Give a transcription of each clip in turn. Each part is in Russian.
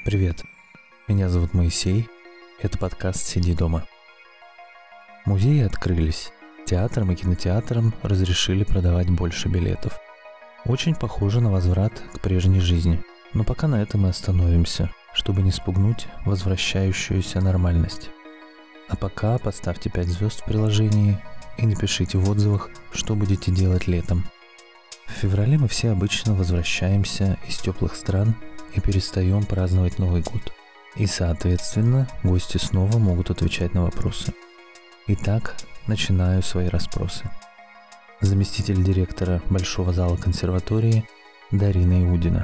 Привет, меня зовут Моисей, это подкаст «Сиди дома». Музеи открылись, театрам и кинотеатрам разрешили продавать больше билетов. Очень похоже на возврат к прежней жизни, но пока на этом и остановимся, чтобы не спугнуть возвращающуюся нормальность. А пока поставьте 5 звезд в приложении и напишите в отзывах, что будете делать летом. В феврале мы все обычно возвращаемся из теплых стран и перестаем праздновать Новый год. И, соответственно, гости снова могут отвечать на вопросы. Итак, начинаю свои расспросы. Заместитель директора Большого зала консерватории Дарина Иудина.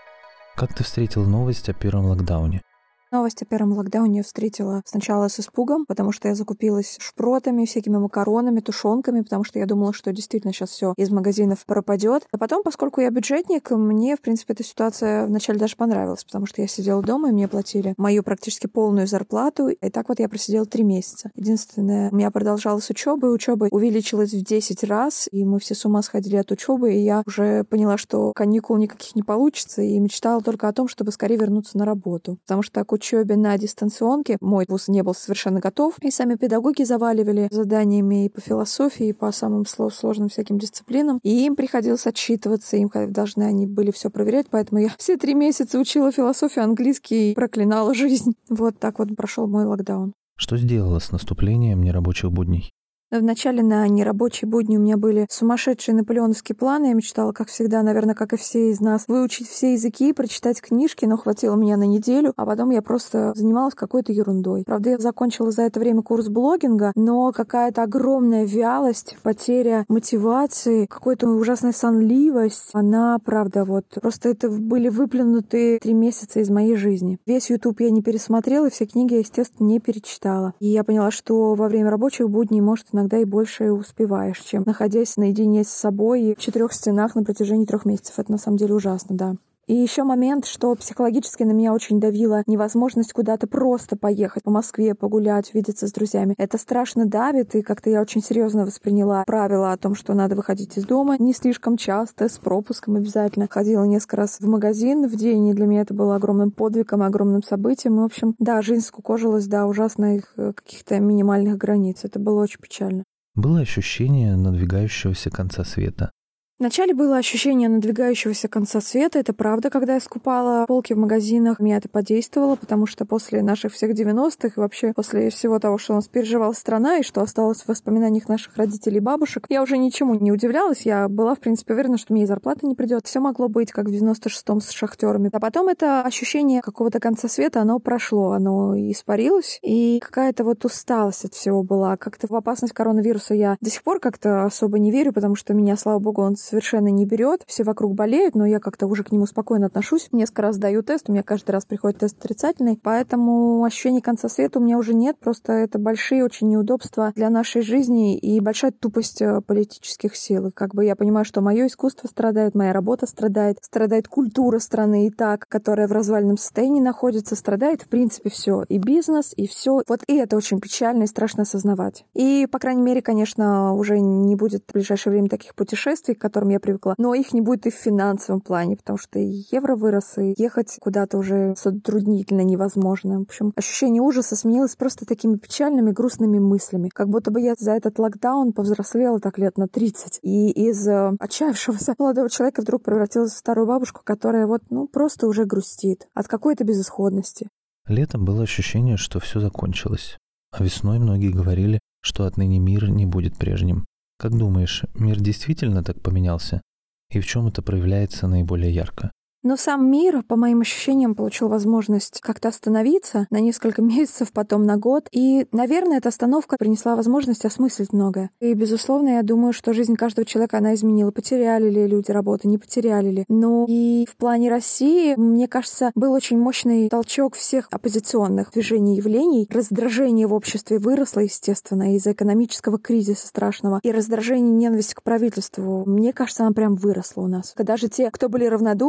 Как ты встретил новость о первом локдауне? Новость о первом локдауне я встретила сначала с испугом, потому что я закупилась шпротами, всякими макаронами, тушенками, потому что я думала, что действительно сейчас все из магазинов пропадет. А потом, поскольку я бюджетник, мне, в принципе, эта ситуация вначале даже понравилась, потому что я сидела дома, и мне платили мою практически полную зарплату, и так вот я просидела 3 месяца. Единственное, у меня продолжалась учеба, и учеба увеличилась в 10 раз, и мы все с ума сходили от учебы, и я уже поняла, что каникул никаких не получится, и мечтала только о том, чтобы скорее вернуться на работу, потому что к учебе на дистанционке мой вуз не был совершенно готов, и сами педагоги заваливали заданиями и по философии, и по самым сложным всяким дисциплинам, и им приходилось отчитываться, им должны они были все проверять, поэтому я все 3 месяца учила философию, английский и проклинала жизнь. Вот так вот прошел мой локдаун. Что сделала с наступлением нерабочих будней? Вначале на нерабочие будни у меня были сумасшедшие наполеоновские планы. Я мечтала, как всегда, наверное, как и все из нас, выучить все языки, прочитать книжки, но хватило меня на неделю, а потом я просто занималась какой-то ерундой. Правда, я закончила за это время курс блогинга, но какая-то огромная вялость, потеря мотивации, какая-то ужасная сонливость, она, правда, вот просто это были выплюнутые 3 месяца из моей жизни. Весь YouTube я не пересмотрела, и все книги я, естественно, не перечитала. И я поняла, что во время рабочих будней, может, иногда и больше успеваешь, чем находясь наедине с собой в 4 стенах на протяжении 3 месяцев. Это на самом деле ужасно, да. И еще момент, что психологически на меня очень давила невозможность куда-то просто поехать по Москве, погулять, увидеться с друзьями. Это страшно давит, и как-то я очень серьезно восприняла правила о том, что надо выходить из дома не слишком часто, с пропуском обязательно. Ходила несколько раз в магазин в день, и для меня это было огромным подвигом, огромным событием. И, в общем, да, жизнь скукожилась до ужасных каких-то минимальных границ. Это было очень печально. Было ощущение надвигающегося конца света. Вначале было ощущение надвигающегося конца света. Это правда, когда я скупала полки в магазинах, меня это подействовало, потому что после наших всех 90-х и вообще после всего того, что у нас переживала страна и что осталось в воспоминаниях наших родителей и бабушек, я уже ничему не удивлялась. Я была, в принципе, уверена, что мне и зарплата не придет. Все могло быть, как в 96-м с шахтерами. А потом это ощущение какого-то конца света, оно прошло, оно испарилось, и какая-то вот усталость от всего была. Как-то в опасность коронавируса я до сих пор как-то особо не верю, потому что меня, слава богу, он совершенно не берет. Все вокруг болеют, но я как-то уже к нему спокойно отношусь. Несколько раз сдаю тест, у меня каждый раз приходит тест отрицательный, поэтому ощущения конца света у меня уже нет. Просто это большие очень неудобства для нашей жизни и большая тупость политических сил. И как бы я понимаю, что мое искусство страдает, моя работа страдает культура страны и так, которая в развальном состоянии находится, страдает в принципе все. И бизнес, и все. Вот и это очень печально и страшно осознавать. И, по крайней мере, конечно, уже не будет в ближайшее время таких путешествий, к которым я привыкла. Но их не будет и в финансовом плане, потому что и евро вырос, и ехать куда-то уже затруднительно невозможно. В общем, ощущение ужаса сменилось просто такими печальными, грустными мыслями. Как будто бы я за этот локдаун повзрослела так лет на 30. И из отчаявшегося молодого человека вдруг превратилась в старую бабушку, которая вот, просто уже грустит от какой-то безысходности. Летом было ощущение, что все закончилось. А весной многие говорили, что отныне мир не будет прежним. Как думаешь, мир действительно так поменялся? И в чем это проявляется наиболее ярко? Но сам мир, по моим ощущениям, получил возможность как-то остановиться на несколько месяцев, потом на год. И, наверное, эта остановка принесла возможность осмыслить многое. И, безусловно, я думаю, что жизнь каждого человека она изменила. Потеряли ли люди работу, не потеряли ли. Но и в плане России, мне кажется, был очень мощный толчок всех оппозиционных движений и явлений. Раздражение в обществе выросло, естественно, из-за экономического кризиса страшного. И раздражение, ненависть к правительству, мне кажется, она прям выросла у нас. Даже те, кто были равнодушны или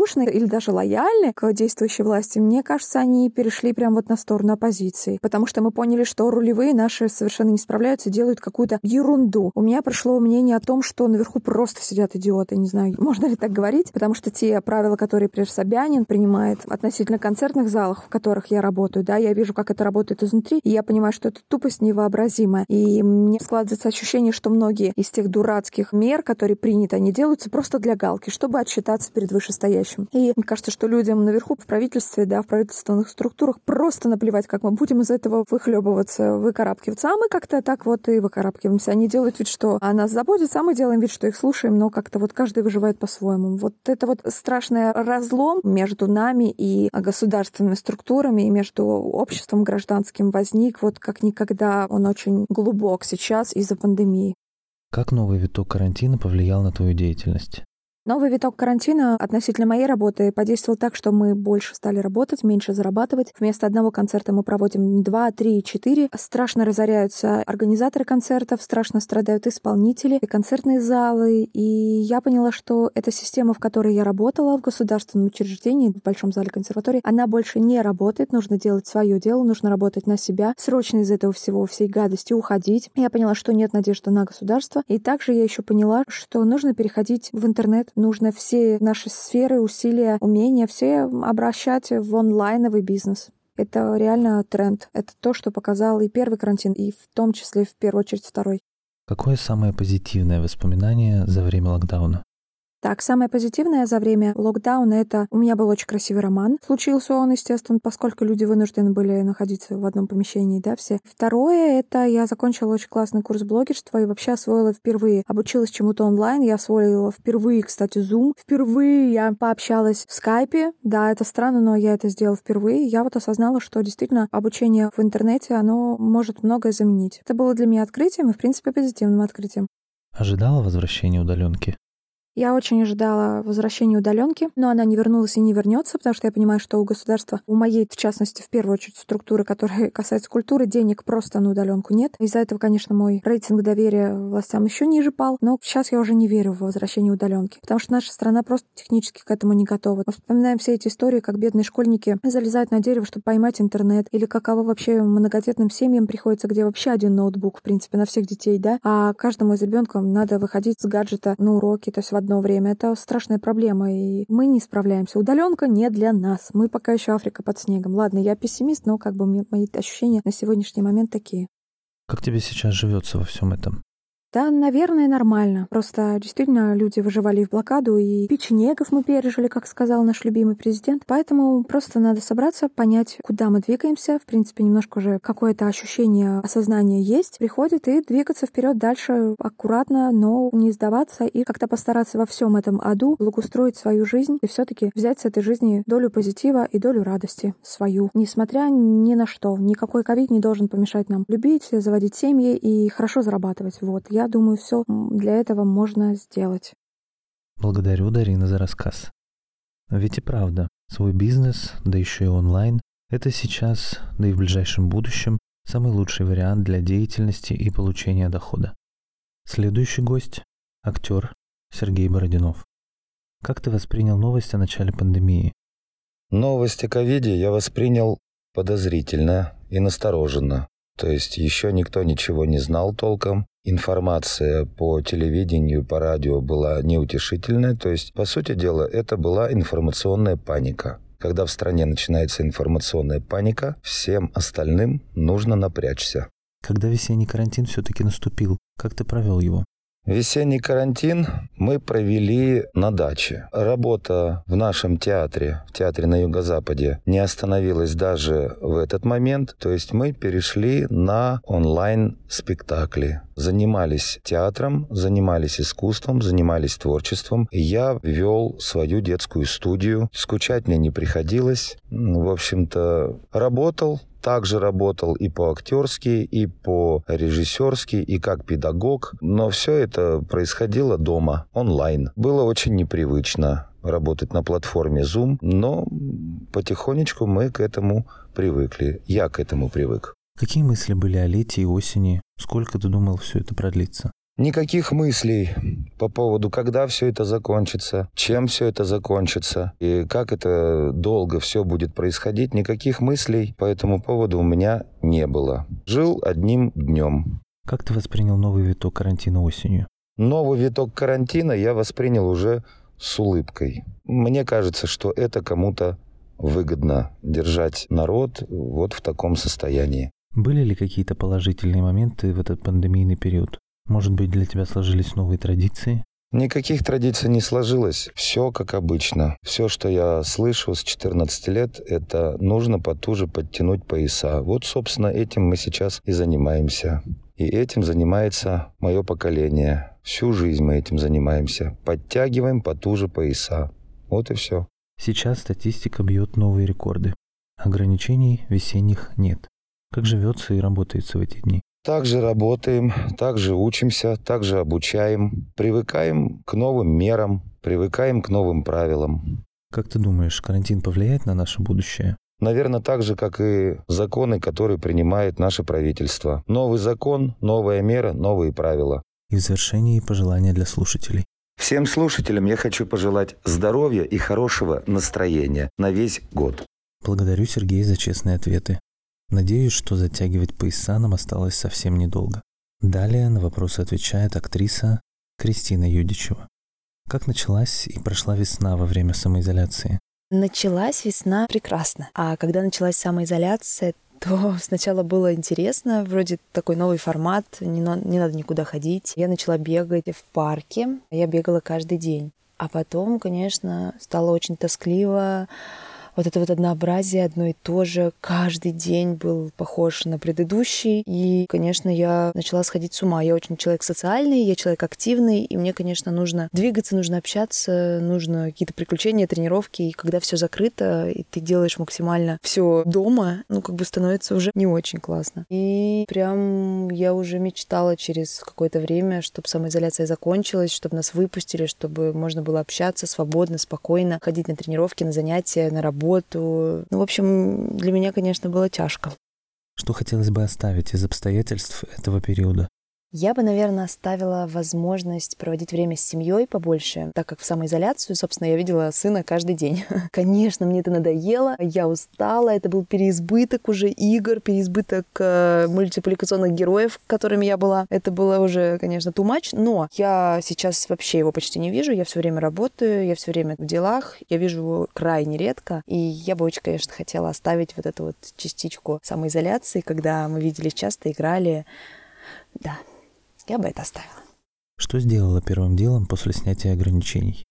были даже лояльны к действующей власти, мне кажется, они перешли прямо вот на сторону оппозиции. Потому что мы поняли, что рулевые наши совершенно не справляются, делают какую-то ерунду. У меня пришло мнение о том, что наверху просто сидят идиоты. Не знаю, можно ли так говорить, потому что те правила, которые, например, Собянин принимает относительно концертных залов, в которых я работаю, да, я вижу, как это работает изнутри, и я понимаю, что это тупость невообразимая. И мне складывается ощущение, что многие из тех дурацких мер, которые приняты, они делаются просто для галки, чтобы отчитаться перед вышестоящим. И мне кажется, что людям наверху в правительстве, да, в правительственных структурах просто наплевать, как мы будем из этого выхлебываться, выкарабкиваться. А мы как-то так вот и выкарабкиваемся. Они делают вид, что о нас заботятся, а мы делаем вид, что их слушаем, но как-то вот каждый выживает по-своему. Вот это вот страшный разлом между нами и государственными структурами, и между обществом гражданским возник вот как никогда. Он очень глубок сейчас из-за пандемии. Как новый виток карантина повлиял на твою деятельность? Новый виток карантина относительно моей работы подействовал так, что мы больше стали работать, меньше зарабатывать. Вместо одного концерта мы проводим 2, 3, 4. Страшно разоряются организаторы концертов, страшно страдают исполнители и концертные залы. И я поняла, что эта система, в которой я работала в государственном учреждении, в Большом зале консерватории, она больше не работает. Нужно делать свое дело, нужно работать на себя, срочно из этого всего, всей гадости уходить. Я поняла, что нет надежды на государство. И также я еще поняла, что нужно переходить в интернет. Нужно все наши сферы, усилия, умения все обращать в онлайновый бизнес. Это реально тренд. Это то, что показал и первый карантин, и в том числе, в первую очередь, второй. Какое самое позитивное воспоминание за время локдауна? Так, самое позитивное за время локдауна — это у меня был очень красивый роман. Случился он, естественно, поскольку люди вынуждены были находиться в одном помещении, да, все. Второе — это я закончила очень классный курс блогерства и вообще освоила впервые. Обучилась чему-то онлайн, я освоила впервые, кстати, Zoom. Впервые я пообщалась в скайпе. Да, это странно, но я это сделала впервые. Я вот осознала, что действительно обучение в интернете, оно может многое заменить. Это было для меня открытием и, в принципе, позитивным открытием. Ожидала возвращения удаленки? Я очень ожидала возвращения удаленки, но она не вернулась и не вернется, потому что я понимаю, что у государства, у моей, в частности, в первую очередь, структуры, которые касаются культуры, денег просто на удаленку нет. Из-за этого, конечно, мой рейтинг доверия властям еще ниже пал, но сейчас я уже не верю в возвращение удаленки, потому что наша страна просто технически к этому не готова. Мы вспоминаем все эти истории, как бедные школьники залезают на дерево, чтобы поймать интернет, или каково вообще многодетным семьям приходится, где вообще один ноутбук, в принципе, на всех детей, да, а каждому из ребенка надо выходить с гаджета на уроки, то есть в одно время. Это страшная проблема, и мы не справляемся. Удаленка не для нас. Мы пока еще Африка под снегом. Ладно, я пессимист, но как бы мои ощущения на сегодняшний момент такие. Как тебе сейчас живется во всем этом? Да, наверное, нормально. Просто действительно люди выживали в блокаду, и печенегов мы пережили, как сказал наш любимый президент. Поэтому просто надо собраться, понять, куда мы двигаемся. В принципе, немножко уже какое-то ощущение осознания есть, приходит, и двигаться вперед дальше аккуратно, но не сдаваться, и как-то постараться во всем этом аду благоустроить свою жизнь и все-таки взять с этой жизни долю позитива и долю радости свою. Несмотря ни на что. Никакой ковид не должен помешать нам любить, заводить семьи и хорошо зарабатывать. Вот. Я думаю, все для этого можно сделать. Благодарю, Дарина, за рассказ. Ведь и правда, свой бизнес, да еще и онлайн, это сейчас, да и в ближайшем будущем, самый лучший вариант для деятельности и получения дохода. Следующий гость – актер Сергей Бородинов. Как ты воспринял новость о начале пандемии? Новость о ковиде я воспринял подозрительно и настороженно. То есть еще никто ничего не знал толком. Информация по телевидению, по радио была неутешительная. То есть, по сути дела, это была информационная паника. Когда в стране начинается информационная паника, всем остальным нужно напрячься. Когда весенний карантин все-таки наступил, как ты провел его? Весенний карантин мы провели на даче. Работа в нашем театре, в театре на Юго-Западе, не остановилась даже в этот момент. То есть мы перешли на онлайн-спектакли. Занимались театром, занимались искусством, занимались творчеством. Я вел свою детскую студию. Скучать мне не приходилось. В общем-то, работал. Также работал и по-актерски, и по-режиссерски, и как педагог. Но все это происходило дома, онлайн. Было очень непривычно работать на платформе Zoom, но потихонечку мы к этому привыкли. Я к этому привык. Какие мысли были о лете и осени? Сколько ты думал, все это продлится? Никаких мыслей по поводу, когда все это закончится, чем все это закончится и как это долго все будет происходить. Никаких мыслей по этому поводу у меня не было. Жил одним днем. Как ты воспринял новый виток карантина осенью? Новый виток карантина я воспринял уже с улыбкой. Мне кажется, что это кому-то выгодно держать народ вот в таком состоянии. Были ли какие-то положительные моменты в этот пандемийный период? Может быть, для тебя сложились новые традиции? Никаких традиций не сложилось. Все как обычно. Все, что я слышу с 14 лет, это нужно потуже подтянуть пояса. Вот, собственно, этим мы сейчас и занимаемся. И этим занимается мое поколение. Всю жизнь мы этим занимаемся. Подтягиваем потуже пояса. Вот и все. Сейчас статистика бьет новые рекорды. Ограничений весенних нет. Как живется и работается в эти дни? Также работаем, также учимся, также обучаем, привыкаем к новым мерам, привыкаем к новым правилам. Как ты думаешь, карантин повлияет на наше будущее? Наверное, так же, как и законы, которые принимает наше правительство. Новый закон, новая мера, новые правила. И в завершении пожелания для слушателей. Всем слушателям я хочу пожелать здоровья и хорошего настроения на весь год. Благодарю Сергея за честные ответы. Надеюсь, что затягивать пояса нам осталось совсем недолго. Далее на вопросы отвечает актриса Кристина Юдичева. Как началась и прошла весна во время самоизоляции? Началась весна прекрасно. А когда началась самоизоляция, то сначала было интересно, вроде такой новый формат, не надо никуда ходить. Я начала бегать в парке, я бегала каждый день. А потом, конечно, стало очень тоскливо. Вот это вот однообразие, одно и то же, каждый день был похож на предыдущий. И, конечно, я начала сходить с ума. Я очень человек социальный, я человек активный, и мне, конечно, нужно двигаться, нужно общаться, нужно какие-то приключения, тренировки. И когда все закрыто, и ты делаешь максимально все дома, становится уже не очень классно. И прям я уже мечтала через какое-то время, чтобы самоизоляция закончилась, чтобы нас выпустили, чтобы можно было общаться свободно, спокойно, ходить на тренировки, на занятия, на работу. В общем, для меня, конечно, было тяжко. Что хотелось бы оставить из обстоятельств этого периода? Я бы, наверное, оставила возможность проводить время с семьей побольше, так как в самоизоляцию, собственно, я видела сына каждый день. Конечно, мне это надоело, я устала, это был переизбыток уже игр, переизбыток мультипликационных героев, которыми я была. Это было уже, конечно, too much, но я сейчас вообще его почти не вижу, я все время работаю, я все время в делах, я вижу его крайне редко, и я бы очень, конечно, хотела оставить вот эту вот частичку самоизоляции, когда мы виделись часто, играли. Да. Я бы это оставила. Что сделала первым делом после снятия ограничений?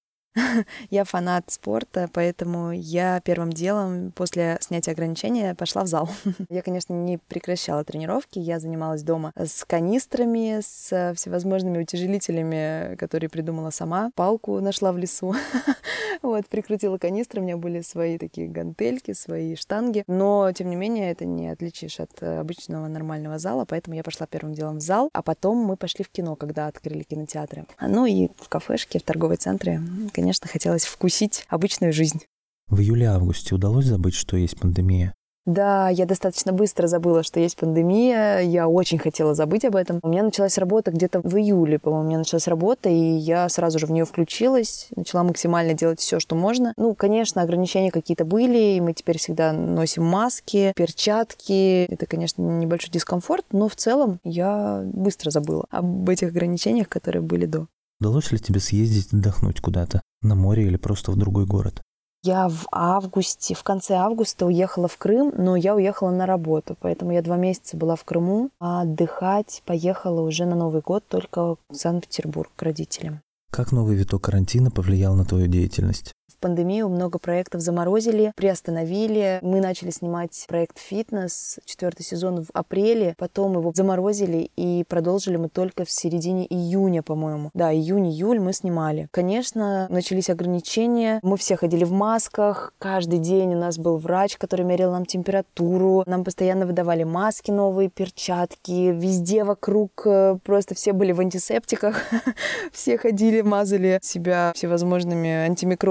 Я фанат спорта, поэтому я первым делом после снятия ограничения пошла в зал. Я, конечно, не прекращала тренировки, я занималась дома с канистрами, с всевозможными утяжелителями, которые придумала сама. Палку нашла в лесу, прикрутила канистры, у меня были свои такие гантельки, свои штанги, но, тем не менее, это не отличишь от обычного нормального зала, поэтому я пошла первым делом в зал, а потом мы пошли в кино, когда открыли кинотеатры. И в кафешке, в торговом центре, конечно, хотелось вкусить обычную жизнь. В июле-августе удалось забыть, что есть пандемия? Да, я достаточно быстро забыла, что есть пандемия. Я очень хотела забыть об этом. У меня началась работа где-то в июле, по-моему, у меня началась работа, и я сразу же в нее включилась, начала максимально делать все, что можно. Конечно, ограничения какие-то были, и мы теперь всегда носим маски, перчатки. Это, конечно, небольшой дискомфорт, но в целом я быстро забыла об этих ограничениях, которые были до. Удалось ли тебе съездить отдохнуть куда-то? На море или просто в другой город? Я в конце августа уехала в Крым, но я уехала на работу, поэтому я 2 месяца была в Крыму, а отдыхать поехала уже на Новый год только в Санкт-Петербург к родителям. Как новый виток карантина повлиял на твою деятельность? В пандемию много проектов заморозили, приостановили. Мы начали снимать проект «Фитнес», 4-й сезон в апреле, потом его заморозили и продолжили мы только в середине июня, по-моему. Да, июнь-июль мы снимали. Конечно, начались ограничения, мы все ходили в масках, каждый день у нас был врач, который мерил нам температуру, нам постоянно выдавали маски новые, перчатки, везде вокруг просто все были в антисептиках, все ходили, мазали себя всевозможными антимикробными средствами,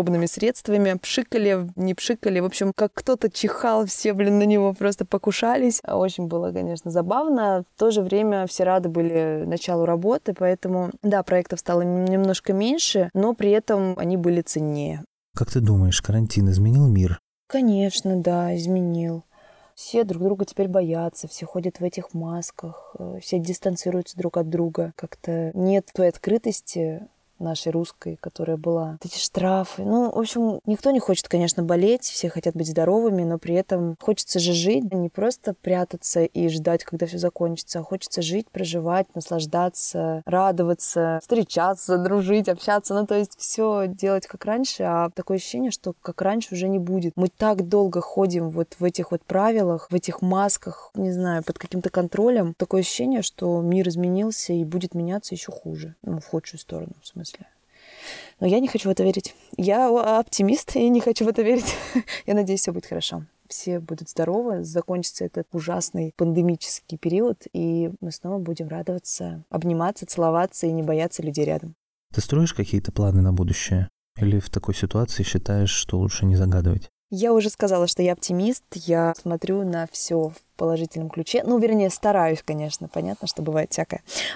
средствами, пшикали, не пшикали. В общем, как кто-то чихал, все, на него просто покушались. Очень было, конечно, забавно. В то же время все рады были началу работы, поэтому, да, проектов стало немножко меньше, но при этом они были ценнее. Как ты думаешь, карантин изменил мир? Конечно, да, изменил. Все друг друга теперь боятся, все ходят в этих масках, все дистанцируются друг от друга. Как-то нет той открытости нашей русской, которая была. Эти штрафы. В общем, никто не хочет, конечно, болеть, все хотят быть здоровыми, но при этом хочется же жить, не просто прятаться и ждать, когда все закончится, а хочется жить, проживать, наслаждаться, радоваться, встречаться, дружить, общаться. То есть все делать как раньше, а такое ощущение, что как раньше уже не будет. Мы так долго ходим вот в этих вот правилах, в этих масках, не знаю, под каким-то контролем. Такое ощущение, что мир изменился и будет меняться еще хуже. В худшую сторону, в смысле. Но я не хочу в это верить. Я оптимист и не хочу в это верить. Я надеюсь, все будет хорошо. Все будут здоровы, закончится этот ужасный пандемический период, и мы снова будем радоваться, обниматься, целоваться и не бояться людей рядом. Ты строишь какие-то планы на будущее? Или в такой ситуации считаешь, что лучше не загадывать? Я уже сказала, что я оптимист, я смотрю на все в положительном ключе. Вернее, стараюсь, конечно. Понятно, что бывает всякое.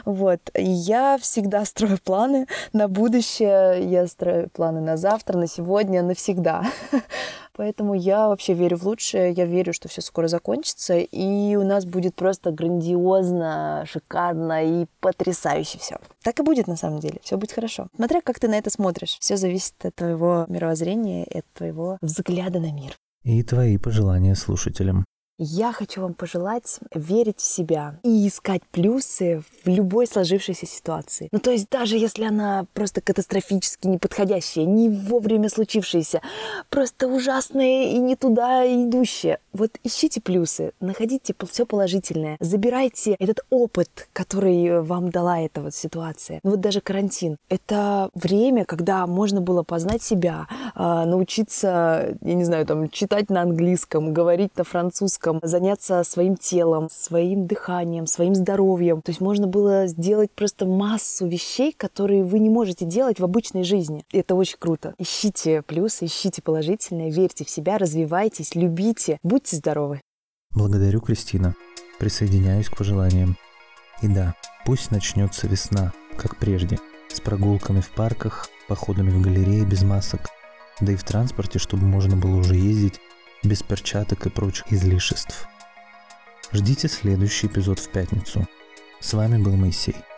Я всегда строю планы на будущее, я строю планы на завтра, на сегодня, навсегда. Поэтому я вообще верю в лучшее, я верю, что все скоро закончится, и у нас будет просто грандиозно, шикарно и потрясающе все. Так и будет на самом деле, все будет хорошо. Смотря как ты на это смотришь, все зависит от твоего мировоззрения, от твоего взгляда на мир. И твои пожелания слушателям. Я хочу вам пожелать верить в себя и искать плюсы в любой сложившейся ситуации. То есть даже если она просто катастрофически неподходящая, не вовремя случившаяся, просто ужасная и не туда идущая. Ищите плюсы, находите все положительное, забирайте этот опыт, который вам дала эта ситуация. Даже карантин. Это время, когда можно было познать себя, научиться, я не знаю, читать на английском, говорить на французском, заняться своим телом, своим дыханием, своим здоровьем. То есть можно было сделать просто массу вещей, которые вы не можете делать в обычной жизни. И это очень круто. Ищите плюсы, ищите положительное, верьте в себя, развивайтесь, любите, будьте здоровы. Благодарю, Кристина. Присоединяюсь к пожеланиям. И да, пусть начнется весна, как прежде, с прогулками в парках, походами в галереи без масок, да и в транспорте, чтобы можно было уже ездить без перчаток и прочих излишеств. Ждите следующий эпизод в пятницу. С вами был Моисей.